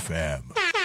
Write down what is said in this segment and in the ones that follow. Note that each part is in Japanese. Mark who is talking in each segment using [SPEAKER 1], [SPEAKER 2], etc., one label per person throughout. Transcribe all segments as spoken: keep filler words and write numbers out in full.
[SPEAKER 1] フエム。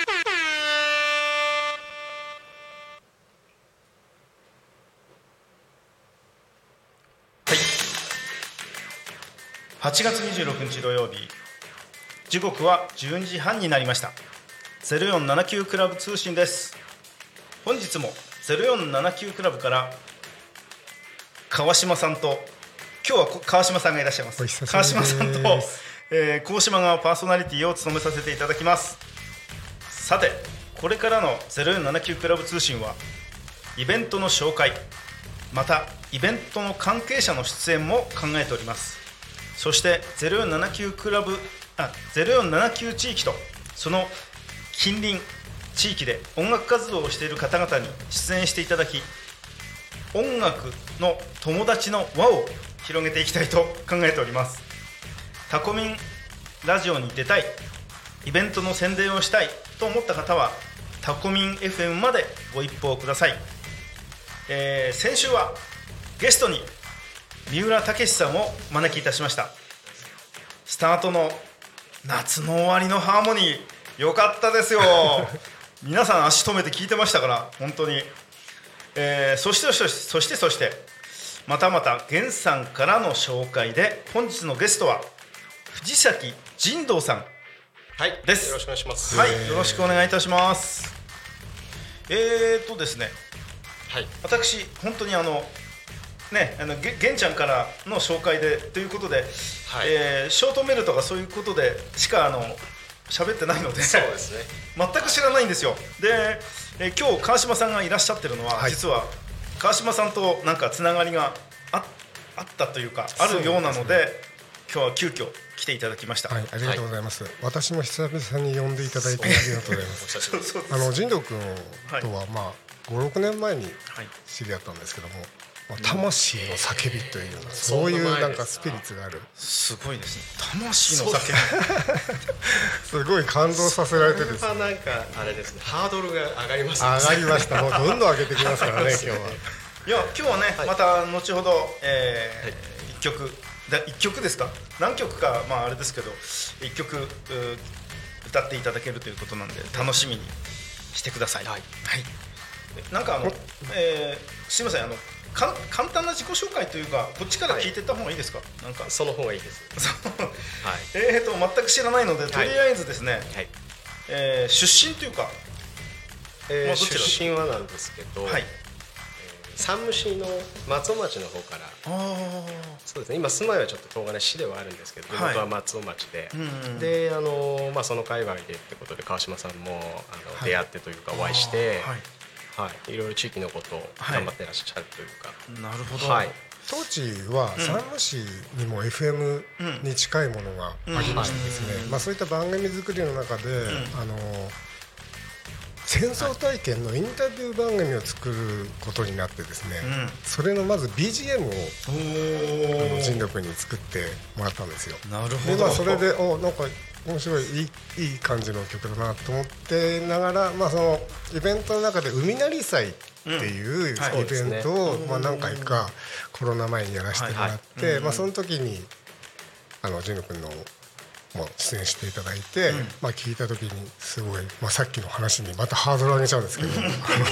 [SPEAKER 2] はちがつにじゅうろくにち土曜日、時刻はじゅうにじはんになりました。ゼロよんななきゅうクラブ通信です。本日もゼロよんななきゅうクラブから川島さんと、今日は川島さんがいらっしゃいます。川島さんと、えー、高島がパーソナリティを務めさせていただきます。さて、これからのゼロよんななきゅうクラブ通信はイベントの紹介、またイベントの関係者の出演も考えております。そしてゼロよんななきゅうクラブあゼロよんななきゅう地域とその近隣地域で音楽活動をしている方々に出演していただき、音楽の友達の輪を広げていきたいと考えております。タコミンラジオに出たい、イベントの宣伝をしたいと思った方はタコミン エフエム までご一報ください。えー、先週はゲストに三浦武さんをお招きいたしました。スタートの夏の終わりのハーモニー良かったですよ皆さん足止めて聞いてましたから本当に、えー、そしてそしてそしてそしてまたまた源さんからの紹介で、本日のゲストは藤崎仁道さんです。
[SPEAKER 3] はい、よろしくお願いします。
[SPEAKER 2] はい、よろしくお願いいたします。えーとですね、
[SPEAKER 3] はい、
[SPEAKER 2] 私本当にあのね、あのげ源ちゃんからの紹介でということで、はい、えー、ショートメールとかそういうことでしかあの喋ってないので、
[SPEAKER 3] そうですね、
[SPEAKER 2] 全く知らないんですよ。で、えー、今日川島さんがいらっしゃってるのは、はい、実は川島さんとなんかつながりが あ, あったというかあるようなので、ね、今日は急遽来ていただきました。
[SPEAKER 4] はい、ありがとうございます、はい、私も久々に呼んでいただいてありがとうございますあの神道君とは、まあ、ごろくねんまえに知り合ったんですけども、まあ、魂の叫びというような、うん、そういうなんかスピリッツがある、
[SPEAKER 2] すごいですね、魂の叫び
[SPEAKER 4] すごい感動させられてですね、
[SPEAKER 3] なんかあれですね、ハードルが上がりますね。
[SPEAKER 4] 上がりました。もうどんどん上げてきますからね今日は。
[SPEAKER 2] いや今日はね、はい、また後ほど、えーはい、いっきょくだいっきょくですか、何曲かまああれですけどいっきょく歌っていただけるということなんで楽しみにしてください。はい、はい、なんかあの、えー、すいません、あのか簡単な自己紹介というか、こっちから聞いていった方がいいですか。はい、なんか
[SPEAKER 3] その方がいいですはい、
[SPEAKER 2] えーと全く知らないので、とりあえずですね、はい、えー、出身というか、
[SPEAKER 3] えーまあ、出身はなんですけど、はい、山武市の松尾町の方から、あ、そうですね、今住まいはちょっと東金市ではあるんですけど、地元は松尾町で、はい、うんうん、であの、まあ、その界隈でってことで川島さんもあの、はい、出会ってというかお会いして、はい、いろいろ地域のことを頑張ってらっしゃるというか、
[SPEAKER 2] はい、なるほど、
[SPEAKER 4] はい、当時は山武市にも エフエム に近いものがありましてですね、まあ、そういった番組作りの中で、うん、あの戦争体験のインタビュー番組を作ることになってですね、うん、それのまず ビージーエム を神道君に作ってもらったんですよ。
[SPEAKER 2] なるほど。
[SPEAKER 4] で、まあ、それでおなんか面白いいい、いい感じの曲だなと思ってながら、まあ、そのイベントの中で海なり祭っていうイベントを、まあ、何回かコロナ前にやらせてもらって、まあ、その時にあの神道君のも出演していただいて、うん、まあ、聞いた時にすごい、まあ、さっきの話にまたハードル上げちゃうんですけど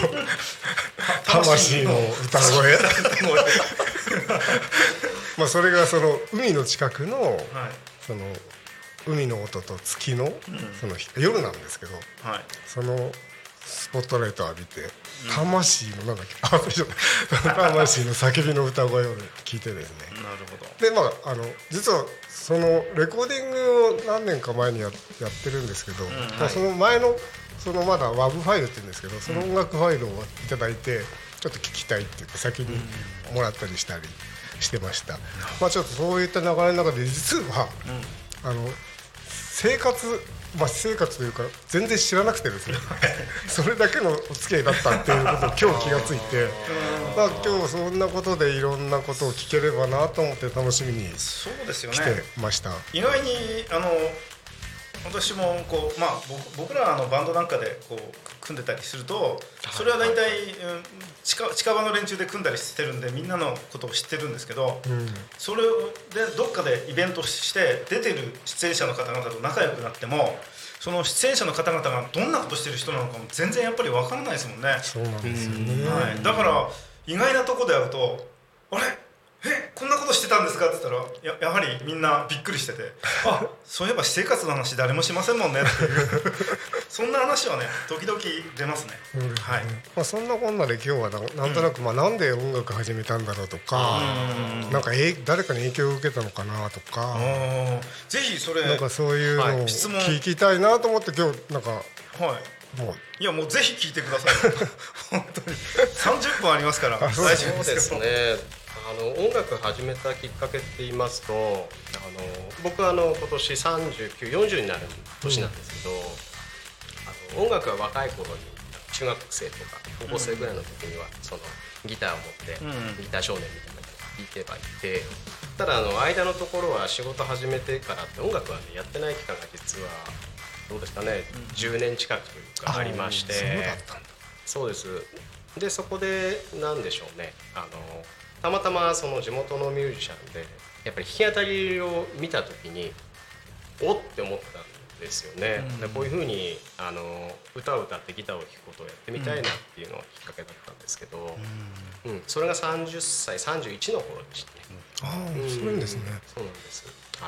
[SPEAKER 4] 魂の歌声まあそれがその海の近くの、はい、その海の音と月の、うん、その夜なんですけど、はい、そのスポットライトを浴びて、魂のなんだっけ、あ、魂の叫びの歌声を聞いてですね。
[SPEAKER 2] なるほど。
[SPEAKER 4] で、まああの実はそのレコーディングを何年か前に や, やってるんですけど、うん、まあ、その前のそのまだ ワブ ファイルって言うんですけど、その音楽ファイルをいただいてちょっと聞きたいって言って先にもらったりしたりしてました。うん、まあちょっとそういった流れの中で実は、うん、あの生活まあ、私生活というか全然知らなくてですねそれだけのお付き合いだったっていうことを今日気がついてまあ、今日そんなことでいろんなことを聞ければなと思って楽しみに来てました。
[SPEAKER 2] 意外にあの私もこう、まあ、僕らのバンドなんかでこう組んでたりすると、それは大体、うん、近, 近場の連中で組んだりしてるんでみんなのことを知ってるんですけど、うん、それでどっかでイベントして出てる出演者の方々と仲良くなっても、その出演者の方々がどんなことしてる人なのかも全然やっぱり分からないですもんね。
[SPEAKER 4] そうなんですよね、
[SPEAKER 2] はい、だから意外なとこで会うと、あれえこんなことしてたんですかって言ったら や, やはりみんなびっくりしててあそういえば私生活の話誰もしませんもんねっていうそんな話はね時々出ますね、うん、はい、
[SPEAKER 4] まあ、そんなこんなで今日は な, なんとなく、まあ、なんで音楽始めたんだろうとか、うん、なんかえ誰かに影響を受けたのかなとか、
[SPEAKER 2] ぜひそれ
[SPEAKER 4] なんかそういうのを聞きたいなと思って今日なんか、はい、
[SPEAKER 2] もういやもうぜひ聞いてください本当にさんじゅっぷんありますから大丈夫ですよ。
[SPEAKER 3] そうですね、あの音楽始めたきっかけって言いますと、あの僕はあの今年さんじゅうきゅう、よんじゅうになる年なんですけど、うん、あの音楽は若い頃に中学生とか高校生ぐらいの時にはそのギターを持って、うん、ギター少年みたいなのを弾いてはいて、ただあの間のところは仕事始めてからって音楽は、ね、やってない期間が実はどうですかね、うん、じゅうねん近くというかありまして、そうだったんだ。そうです。でそこでなんでしょうね、あのたまたまその地元のミュージシャンでやっぱり弾き当たりを見た時におって思ったんですよね、うん、でこういう風にあの歌を歌ってギターを弾くことをやってみたいなっていうのがきっかけだったんですけど、うんうん、それがさんじゅっさいさんじゅういちの頃でしたね、
[SPEAKER 4] うん、ああ、うん、そうなんですね。
[SPEAKER 3] そうなんです、はい、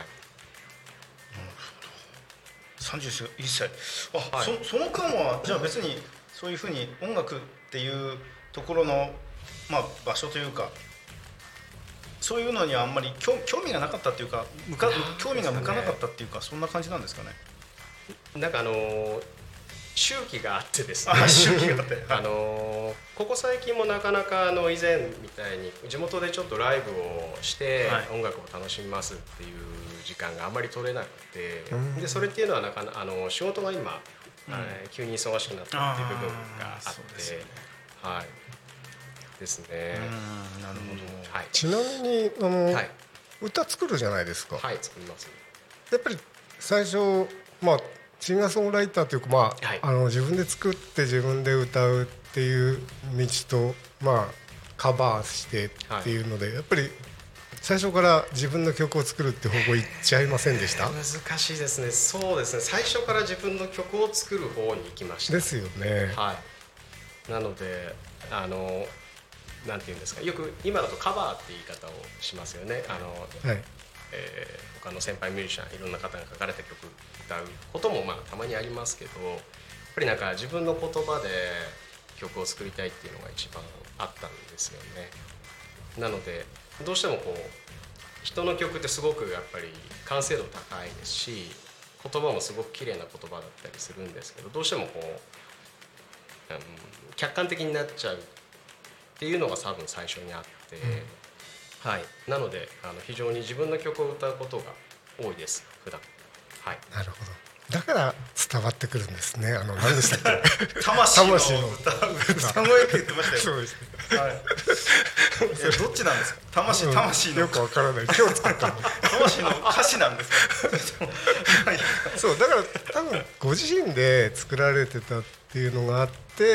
[SPEAKER 2] さんじゅういっさい、あ、はい、そ, その間はじゃあ別にそういう風に音楽っていうところの、まあ、場所というかそういうのにはあんまり 興, 興味がなかったっていうか向か興味が向かなかったっていうか、そんな感じなんですかね。
[SPEAKER 3] なんかあのー、周期があってですね、
[SPEAKER 2] 周期があって、
[SPEAKER 3] あのー、ここ最近もなかなかあの以前みたいに地元でちょっとライブをして音楽を楽しみますっていう時間があんまり取れなくて、でそれっていうのはなかなあの仕事が今、うん、急に忙しくなったっていう部分があって、ね、はいですね。
[SPEAKER 2] うん、なるほど、
[SPEAKER 4] はい、ちなみにあの、はい、歌作るじゃないですか。
[SPEAKER 3] はい、作ります。
[SPEAKER 4] やっぱり最初、まあ、シンガーソングライターというか、まあはい、あの自分で作って自分で歌うっていう道と、まあ、カバーしてっていうので、はい、やっぱり最初から自分の曲を作るって方向いっちゃいませんでした？
[SPEAKER 3] 難しいですね。そうですね、最初から自分の曲を作る方に行きました。
[SPEAKER 4] ですよね。
[SPEAKER 3] はい、なのであのなんていうんですか、よく今だとカバーって言い方をしますよね。あの、はいえー、他の先輩ミュージシャンいろんな方が書かれた曲歌うこともまあたまにありますけど、やっぱりなんか自分の言葉で曲を作りたいっていうのが一番あったんですよね。なのでどうしてもこう人の曲ってすごくやっぱり完成度高いですし、言葉もすごく綺麗な言葉だったりするんですけど、どうしてもこう、うん、客観的になっちゃうっていうのが多分最初にあって、うん、はい、なのであの非常に自分の曲を歌うことが多いです普段。はい、
[SPEAKER 4] なるほど。だから伝わってくるんですね。あの何でしたっけ
[SPEAKER 2] 魂の歌歌声って言ってましたよ。そうですね、はい、えどっちなんですか。魂、魂の
[SPEAKER 4] よくわからない。今日作ったの
[SPEAKER 2] 魂の歌詞なんですか
[SPEAKER 4] そうだから多分ご自身で作られてたっていうのがあって、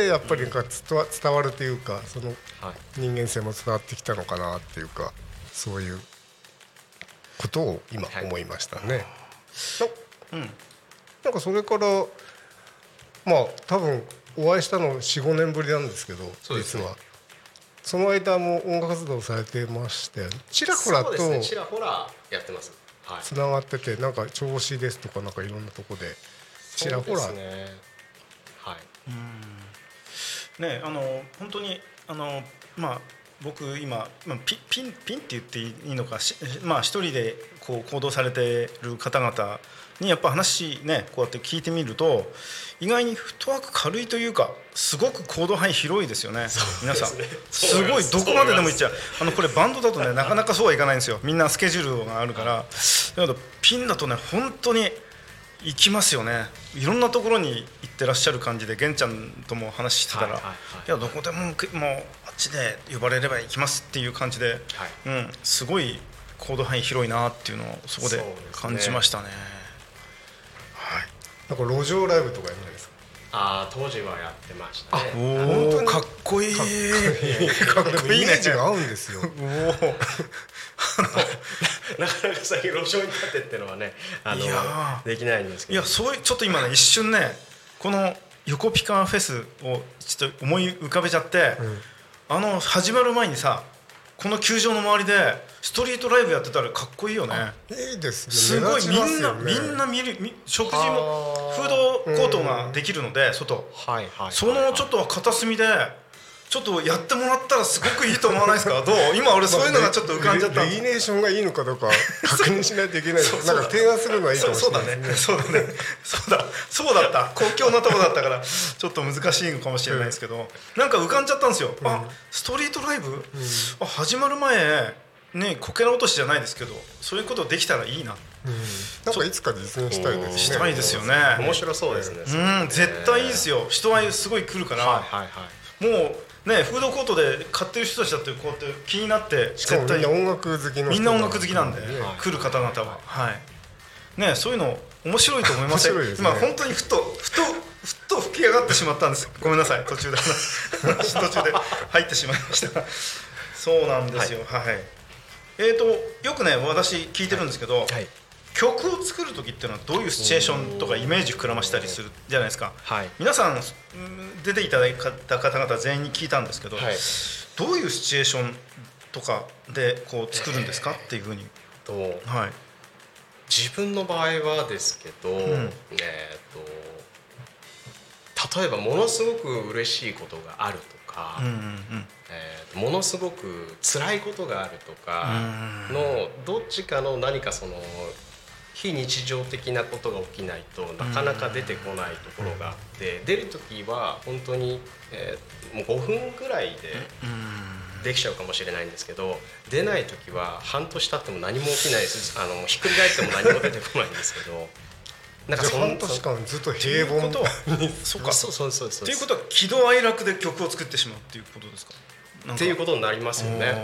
[SPEAKER 4] やっぱりなんか伝わるというか、その人間性も伝わってきたのかなっていうか、そういうことを今思いましたね。はい、うんなんかそれからまあ多分お会いしたの よん、ごねんぶりなんですけど、実はその間も音楽活動されてまして、ちらほらと
[SPEAKER 3] ちらほらやってます。
[SPEAKER 4] つながってて、なんか銚子ですとかなんかいろんなとこでちらほら。そうですね。
[SPEAKER 3] はい。
[SPEAKER 2] うんね、あの本当にあのまあ僕今ピピンピンって言っていいのか、まあ一人でこう行動されている方々にやっぱ話ねこうやって聞いてみると、意外にフットワーク軽いというか、すごく行動範囲広いですよね。皆さんすごいどこまででも行っちゃう。あのこれバンドだとねなかなかそうはいかないんですよ。みんなスケジュールがあるから。だけどピンだとね本当に行きますよね。いろんなところに行ってらっしゃる感じで、玄ちゃんとも話してたら、はいはいはい、いやどこでももうあっちで呼ばれれば行きますっていう感じで、はいうん、すごい行動範囲広いなっていうのをそこで感じましたね。
[SPEAKER 4] はい、なんか路上ライブとかやらないですか。
[SPEAKER 3] あ当時はやってましたね。
[SPEAKER 2] おおかっこいい
[SPEAKER 4] かっこいいね。イメージが合うんですよ。お
[SPEAKER 3] なかなか最近路上に立てってのはねあのできないんですけど、
[SPEAKER 2] いやそういうちょっと今ね一瞬ねこの横ピカフェスをちょっと思い浮かべちゃって、うん、あの始まる前にさこの球場の周りでストリートライブやってたらかっこいいよね。
[SPEAKER 4] いいですね。
[SPEAKER 2] すごいみんなみんな見る食事もフードコートができるので外、
[SPEAKER 3] はいはい、
[SPEAKER 2] そのちょっと片隅でちょっとやってもらったらすごくいいと思わないですか。どう今俺そういうのがちょっと浮かんじゃった。
[SPEAKER 4] レギュレーションがいいのかどうか確認しないといけない。なんか提案するのはいいかもしれないですね。
[SPEAKER 2] そうだねそうだねそうだそうだった公共のとこだったからちょっと難しいのかもしれないですけど、なんか浮かんじゃったんですよ、うん、あストリートライブ、うん、あ始まる前ねこけら落としじゃないですけどそういうことできたらいいな、
[SPEAKER 4] うん、なんかいつか実現したいですね。
[SPEAKER 2] したいですよね。
[SPEAKER 3] 面白そうですね。
[SPEAKER 2] うん絶対いいですよ。人はすごい来るから、はいはいはい、もうね、フードコートで買ってる人たちだってこうやって気になって
[SPEAKER 4] 絶対みんな音楽好きの人
[SPEAKER 2] みんな音楽好きなんで、ね、来る方々は、はいね、そういうの面白いと思いません、ね、今本当にふとふとふと吹き上がってしまったんです。ごめんなさい途中で途中で入ってしまいましたそうなんですよ、はい、はい、えーとよくね私聞いてるんですけど、はいはい、曲を作る時っていうのはどういうシチュエーションとかイメージ膨らましたりするじゃないですか、はい、皆さん出ていただいた方々全員に聞いたんですけど、はい、どういうシチュエーションとかでこう作るんですかっていうふうに、
[SPEAKER 3] えーとはい、自分の場合はですけど、うん、えーと例えばものすごく嬉しいことがあるとか、うんうんうんえー、ものすごく辛いことがあるとかのどっちかの何かその非日常的なことが起きないとなかなか出てこないところがあって出るときは本当に、えー、もうごふんぐらいでできちゃうかもしれないんですけど出ないときは半年経っても何も起きないです。あのひっくり返っても何も出てこないんですけど
[SPEAKER 4] なんかそ半年間ずっと平凡
[SPEAKER 2] にそうか
[SPEAKER 3] そうそうそうそう
[SPEAKER 2] ということは喜怒哀楽で曲を作ってしまうっていうことですか。
[SPEAKER 3] っていうことになりますよね。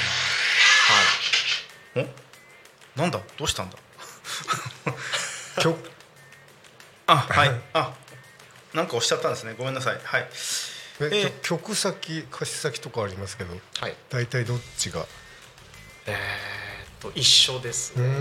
[SPEAKER 2] はい。おなんだどうしたんだ
[SPEAKER 4] 曲
[SPEAKER 2] あはいあなんかおっしゃったんですね。ごめんなさい。はい。
[SPEAKER 4] えー、曲先歌詞先とかありますけど、はい、大体どっちが
[SPEAKER 3] えー、っと一緒ですね。うー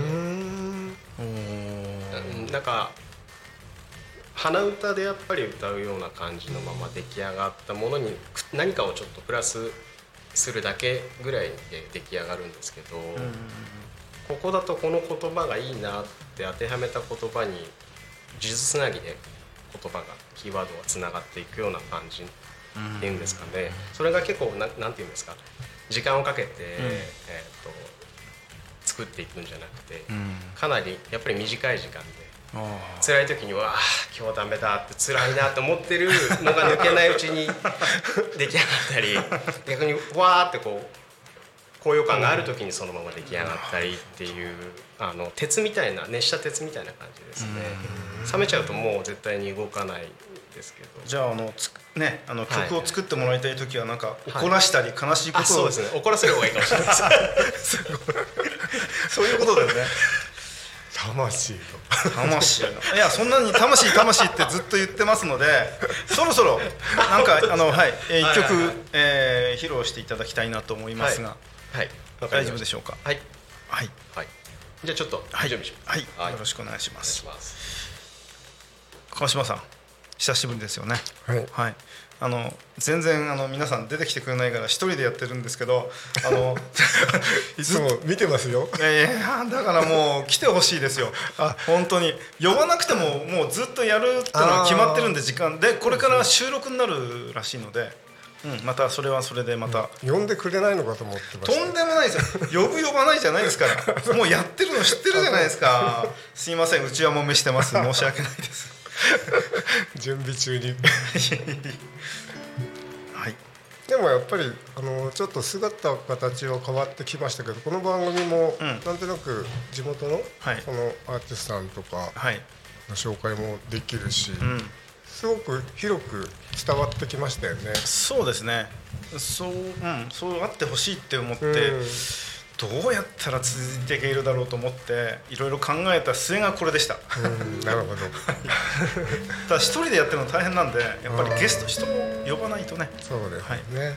[SPEAKER 3] んなんか鼻歌でやっぱり歌うような感じのまま出来上がったものに何かをちょっとプラスするだけぐらいで出来上がるんですけど、ここだとこの言葉がいいなって当てはめた言葉に数珠つなぎで言葉がキーワードがつながっていくような感じっていうんですかね。それが結構ななんていうんですか時間をかけて、うんえー、と作っていくんじゃなくて、うん、かなりやっぱり短い時間で辛い時には今日ダメだって辛いなと思ってるのが抜けないうちに出来上がったり逆にわーってこう高揚感がある時にそのまま出来上がったりっていうあの鉄みたいな熱した鉄みたいな感じですね。冷めちゃうともう絶対に動かないですけど。
[SPEAKER 2] じゃああのつ、ね、あの曲を作ってもらいたい時はなんか怒らしたり悲しいことを、
[SPEAKER 3] はい、そうですね怒らせる方がいいかもしれないです
[SPEAKER 2] そういうことだよね。
[SPEAKER 4] 魂の
[SPEAKER 2] 魂のいやそんなに魂魂ってずっと言ってますのでそろそろなんかあのはい一曲、はいはいはいえー、披露していただきたいなと思いますが、はいはい、大丈夫でしょうか。
[SPEAKER 3] はい
[SPEAKER 2] はい、
[SPEAKER 3] はい、じゃあちょっと準備します。
[SPEAKER 2] はい、はい、よろしくお願いします。川島さん久しぶりですよね。
[SPEAKER 4] はい、
[SPEAKER 2] はい、あの全然あの皆さん出てきてくれないから一人でやってるんですけどあの
[SPEAKER 4] いつも見てますよ。
[SPEAKER 2] いやいやだからもう来てほしいですよ。あ本当に呼ばなくてももうずっとやるってのは決まってるんで時間でこれから収録になるらしいので、うん、またそれはそれでまた、
[SPEAKER 4] うん、呼んでくれないのかと思ってました。
[SPEAKER 2] とんでもないですよ。呼ぶ呼ばないじゃないですからもうやってるの知ってるじゃないですか。すいませんうちはもめしてます申し訳ないです
[SPEAKER 4] 準備中に
[SPEAKER 2] はい、
[SPEAKER 4] でもやっぱりあのちょっと姿形は変わってきましたけどこの番組もなんとなく地元のそのアーティストさんとかの紹介もできるし、うん、すごく広く伝わってきましたよね。
[SPEAKER 2] そうですねそう、うん、そうあってほしいって思って、 どうやったら続いていけるだろうと思っていろいろ考えた末がこれでした。
[SPEAKER 4] うんなるほど
[SPEAKER 2] ただ一人でやってるの大変なんでやっぱりゲスト人も呼ばないとね。
[SPEAKER 4] そうですね、はい、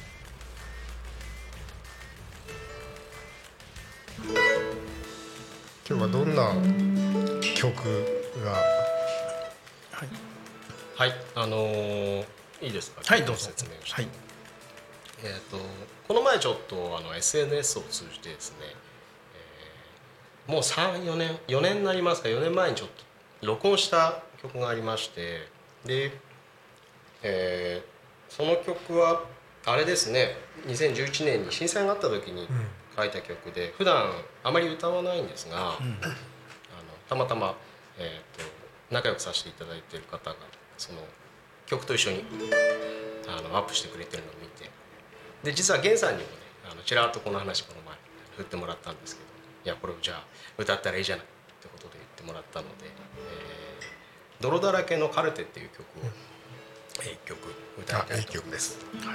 [SPEAKER 4] 今日はどんな曲が
[SPEAKER 3] はい、はい、あのー、いいですか。
[SPEAKER 2] はいどうぞ
[SPEAKER 3] 説明をして、
[SPEAKER 2] はい、
[SPEAKER 3] えー、とこの前ちょっとあの エスエヌエス を通じてですね、えー、もうさん、よねんよねんになりますか、よねんまえにちょっと録音した曲がありまして、で、えー、その曲はあれですね、にせんじゅういちねんに震災があった時に書いた曲で、普段あまり歌わないんですが、うん、あのたまたま、えー、と仲良くさせていただいている方がその曲と一緒にあのアップしてくれてるのを見て、で実は源さんにもねあのちらっとこの話この前振ってもらったんですけど、いやこれをじゃあ歌ったらいいじゃないってことで言ってもらったので、えー、泥だらけのカルテっていう曲を一曲歌いたいと思います。はい、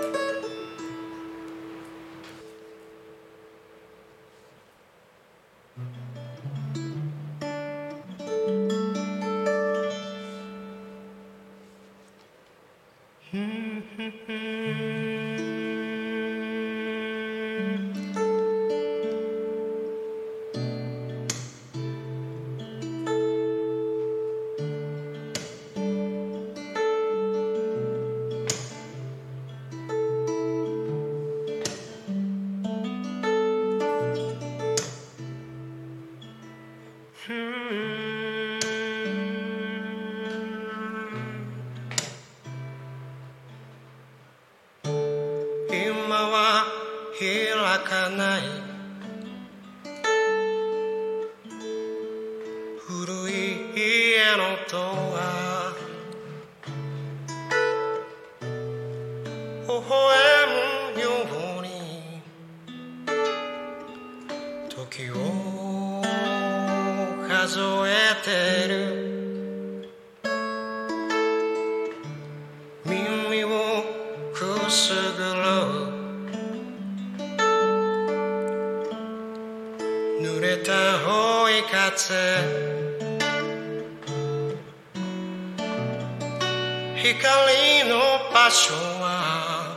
[SPEAKER 1] 光の場所は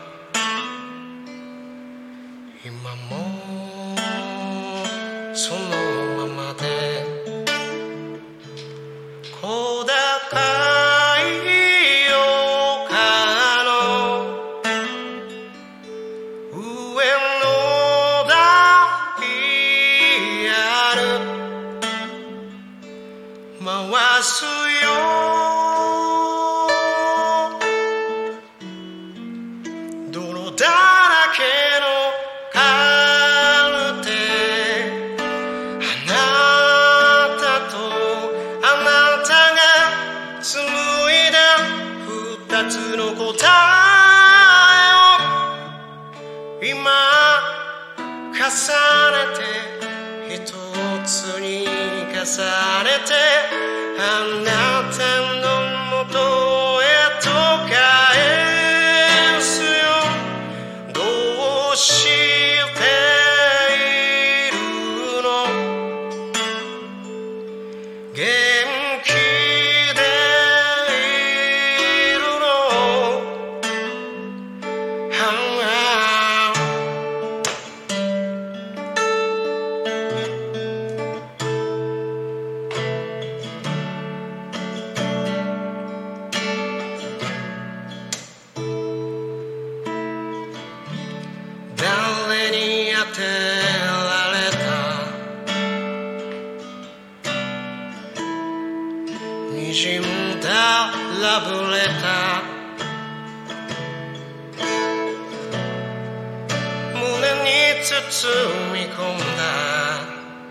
[SPEAKER 1] 今もそのままで、小高い丘の上のダイヤル回すよ重ねて一つに重ねてあなたの元へと返すよ。どうしているの元気でいるの、誰に当てられたにじんだラブレター、胸に包み込んだ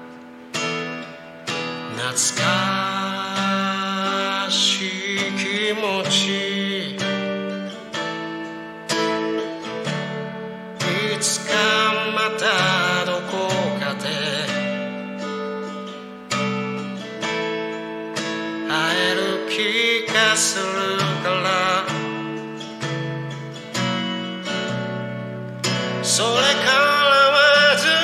[SPEAKER 1] 懐かしい気持ち、いつかまたどこかで会える気がするから、それからはず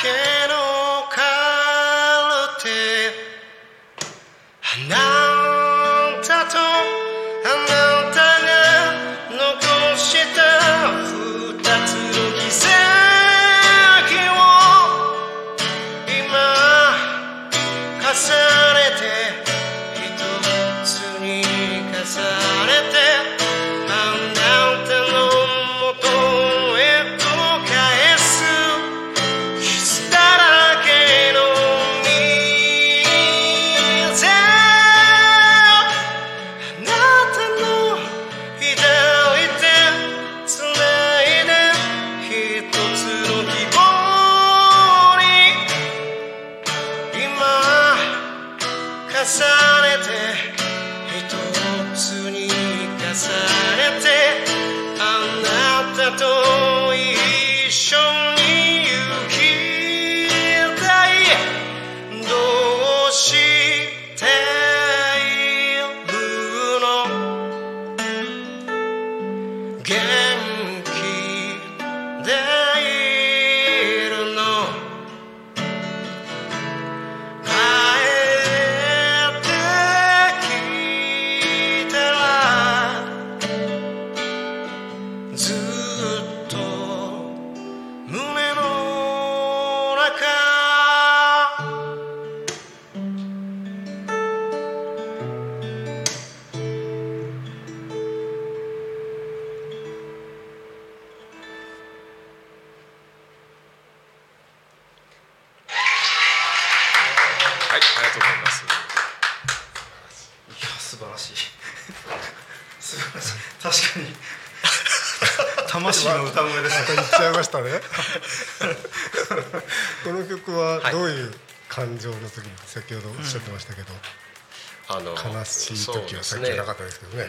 [SPEAKER 1] けのカルテあなたとあなたが残した二つの奇跡を今重ねて一つに重ねてあなたの元へと返す傷だらけの水あなたの左手つないで一つの希望に今重ねて一つに重ねてあなたと一緒に行きたいどうしているの元気でいるの帰ってきたらずっと胸の中
[SPEAKER 3] はい、ありがとうございます。
[SPEAKER 2] いや素晴らしい素晴らしい確かに魂の歌声です
[SPEAKER 4] また言っちゃいましたねこの曲はどういう感情の時に先ほどおっしゃってましたけど、
[SPEAKER 3] あの
[SPEAKER 4] 悲しい時はさっきはなかったですけどね、
[SPEAKER 3] うん、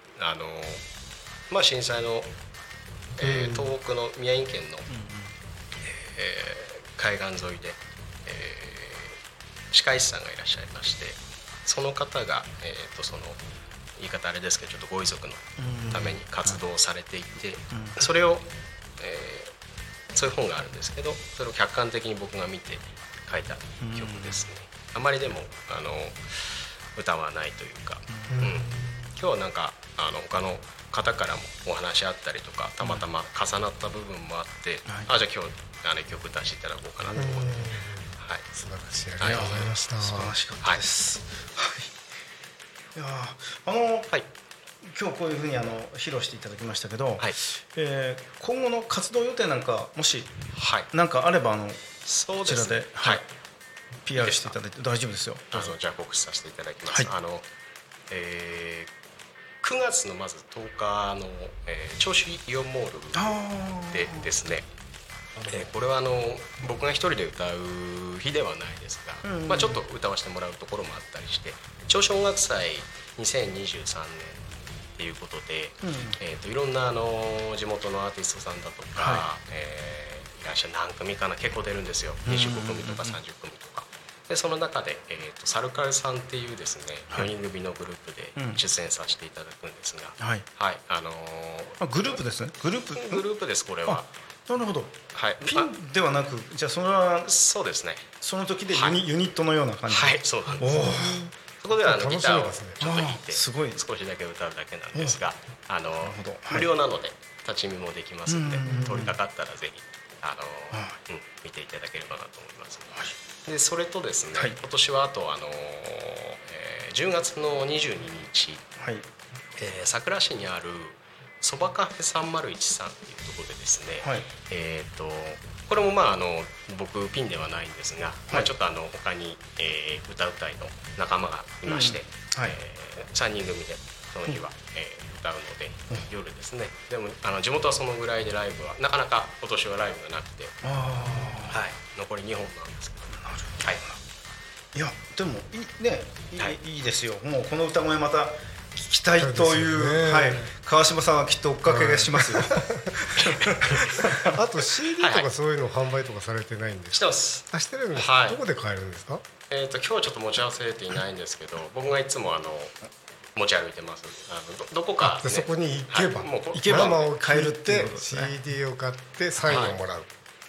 [SPEAKER 3] あのまあ震災の、えー、東北の宮城県の、うんえー、海岸沿いで、えー、歯科医師さんがいらっしゃいまして、その方が、えー、とその言い方あれですけどちょっとご遺族のために活動されていて、それを、えー、そういう本があるんですけど、それを客観的に僕が見て書いた曲ですね。あまりでもあの歌はないというか、うん、今日はなんかあの他の方からもお話あったりとかたまたま重なった部分もあって、うん、あじゃあ今日あの曲出していただこうかなと思って、はい、
[SPEAKER 4] 素晴らしいありがとうございました。
[SPEAKER 2] 素晴らしかったです、はい、いやあの、はい、今日こういうふうにあの披露していただきましたけど、はいえー、今後の活動予定なんかもし何かあればあの
[SPEAKER 3] そうです、ね、
[SPEAKER 2] こちらで、はい、ピーアール していただいて大丈夫ですよ。
[SPEAKER 3] どうぞじゃあ告知させていただきます、はい、あのえーくがつのまずとおかの、えー、銚子イオンモールでですね、えー、これはあの僕が一人で歌う日ではないですが、うんうんまあ、ちょっと歌わせてもらうところもあったりして、銚子音楽祭にせんにじゅうさんねんっていうことで、うんえー、といろんなあの地元のアーティストさんだとか、はいえー、いらっしゃる何組かな結構出るんですよ、にじゅうごくみとかさんじゅっくみとか。でその中で、えー、とサルカルさんっていうですね、はい、よにん組のグループで出演させていただくんですが、はいはいあのー、
[SPEAKER 2] あグループですねグループ
[SPEAKER 3] グループですこれは。
[SPEAKER 2] なるほど、
[SPEAKER 3] はい、
[SPEAKER 2] ピンではなくじゃあそれは
[SPEAKER 3] そうですね
[SPEAKER 2] その時でユニ、はい、ユニットのような感じで
[SPEAKER 3] はいそうなんです。そこではあのギターをちょっと弾いてすごい少しだけ歌うだけなんですが、あの無料なので立ち見もできますので、通りかかったらぜひあの、うん、見ていただければなと思います。はいでそれとですね、はい、今年はあとあの、えー、じゅうがつのにじゅうににち、はいえー、佐倉市にあるそばカフェさんまるいちさんっていうところでですね、はいえー、とこれもまああの僕ピンではないんですが、はいまあ、ちょっとあの他に、えー、歌う隊の仲間がいまして、うんはいえー、さんにん組でその日は、うんえー、歌うので、うん、夜ですね。でもあの地元はそのぐらいでライブはなかなか今年はライブがなくて、あ、はい、残りにほんなんですけどはい、
[SPEAKER 2] いやでもいいねいい、はい、いいですよ。もうこの歌声また聞きたいという、はい、川島さんはきっと追っかけしますよ、はい、
[SPEAKER 4] あと シーディー とかそういうの販売とかされてないんですか？
[SPEAKER 3] してます。
[SPEAKER 4] あしてるんですか、はい、どこで買えるんですか？
[SPEAKER 3] えーと今日はちょっと持ち合わせていないんですけど僕がいつもあの持ち歩いてます。あの ど, どこか、ね、
[SPEAKER 4] そこに行けば、はい、もう行けば買えるって、ね、シーディー を買ってサインをもらう、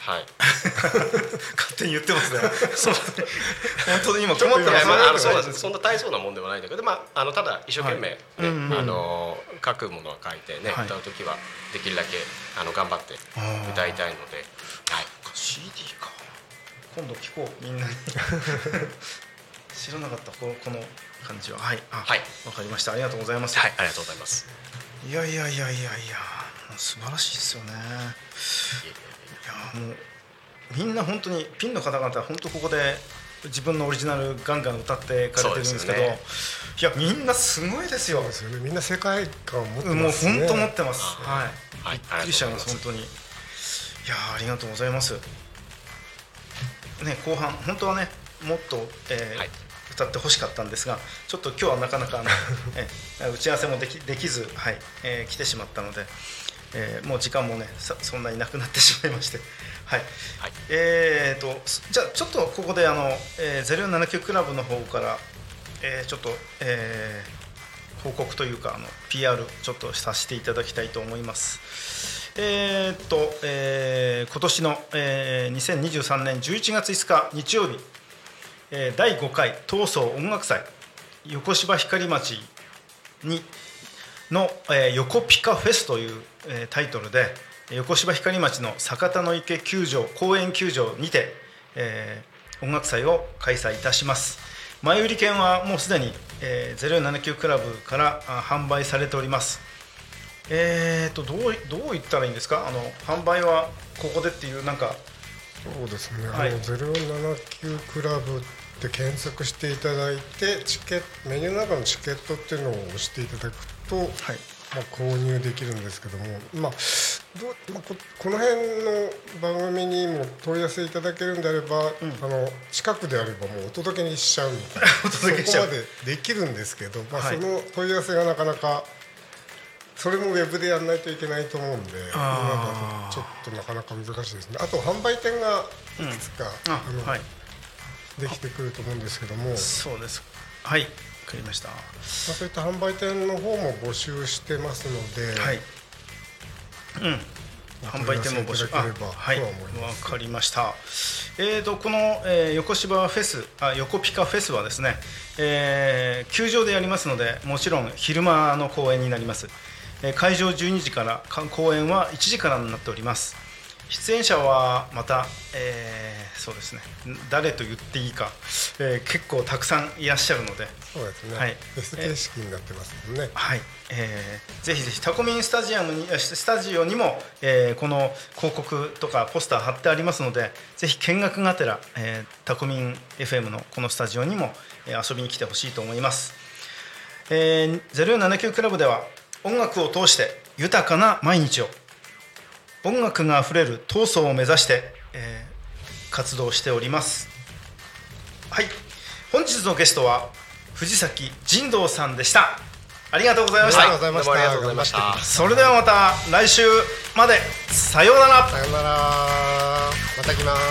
[SPEAKER 3] はい、
[SPEAKER 2] 勝手に言ってますねそう本当に今
[SPEAKER 3] ちょっと今、まあ、あのそうなんです。そんな大層なもんではないんだけど、まあ、あのただ一生懸命、ね、はい、うんうん、あの書くものは書いてね、はい、歌うときはできるだけあの頑張って歌いたいので、はい、
[SPEAKER 2] シーディー か今度聞こうみんなに知らなかったこの、この感じは。はい、あ、はい、わかりました。ありがとうございます。
[SPEAKER 3] はい、ありがとうございます。
[SPEAKER 2] いやいやいやいやいや素晴らしいですよね。いやもうみんな本当にピンの方々は本当ここで自分のオリジナルガンガン歌ってかれてるんですけど、ね、いやみんなすごいですよ。
[SPEAKER 4] そうですよね。みんな世界観を持ってますね。
[SPEAKER 2] もう本当持ってます。はい、
[SPEAKER 3] はい、
[SPEAKER 2] びっくりしちゃいます本当に。いやありがとうございます。ね、後半本当はねもっと、えーはい、歌ってほしかったんですが、ちょっと今日はなかなかあのえ打ち合わせもでき、できず、はい、えー、来てしまったので、えー、もう時間もね そ, そんなになくなってしまいまして、はい、はい、えーとじゃあちょっとここであの、えー、ゼロよんななきゅうクラブの方から、えー、ちょっと、えー、報告というかあの ピーアール ちょっとさせていただきたいと思います。えーっとえー、今年の、えー、にせんにじゅうさんねんじゅういちがついつか日曜日、えー、だいごかい東総音楽祭横芝光町にの、えー、横ピカフェスという、えー、タイトルで横芝光町の坂田の池球場公園球場にて、えー、音楽祭を開催いたします。前売り券はもうすでに、えー、ゼロよんななきゅうクラブから販売されております。えーとどうどう言ったらいいんですか。あの販売はここでっていうなんか
[SPEAKER 4] そうですね、はい、あのゼロよんななきゅうクラブって検索していただいてチケメニューの中のチケットっていうのを押していただくと、はい、まあ、購入できるんですけども、まあどまあ、こ, この辺の番組にも問い合わせいただけるんであれば、うん、あの近くであればもうお届けにしちゃうのでそこまでできるんですけど、まあ、その問い合わせがなかなかそれもウェブでやらないといけないと思うんで、今だとちょっとなかなか難しいですね。あと販売店がいくつか、うん、あの、はい、できてくると思うんですけども。
[SPEAKER 2] そうです、はい、わかりました。ま
[SPEAKER 4] あ、そういった販売店の方も募集してますので、はい、
[SPEAKER 2] うん、販売店も募集あ、はい、わかりました。えーとこの、えー、横芝フェスあ横ピカフェスはですね、えー、球場でやりますのでもちろん昼間の公演になります。会場じゅうにじから公演はいちじからになっております。出演者はまた、えー、そうですね誰と言っていいか、えー、結構たくさんいらっしゃるので。
[SPEAKER 4] そうですね、はい、フェス形式になってますもんね。
[SPEAKER 2] はい、えー、ぜひぜひタコミンスタジアムにスタジオにも、えー、この広告とかポスター貼ってありますのでぜひ見学がてら、えー、タコミン エフエム のこのスタジオにも、えー、遊びに来てほしいと思います。えー、ゼロよんななきゅうクラブでは音楽を通して豊かな毎日を音楽があふれる東総を目指して、えー、活動しております。はい、本日のゲストは藤崎仁道さんでした。ありがとうございました。
[SPEAKER 4] ありがとうございました。
[SPEAKER 2] それではまた来週までさようなら。
[SPEAKER 4] さようなら。また来ます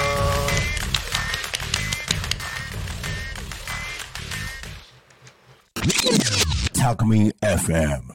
[SPEAKER 4] 。タコミン エフエム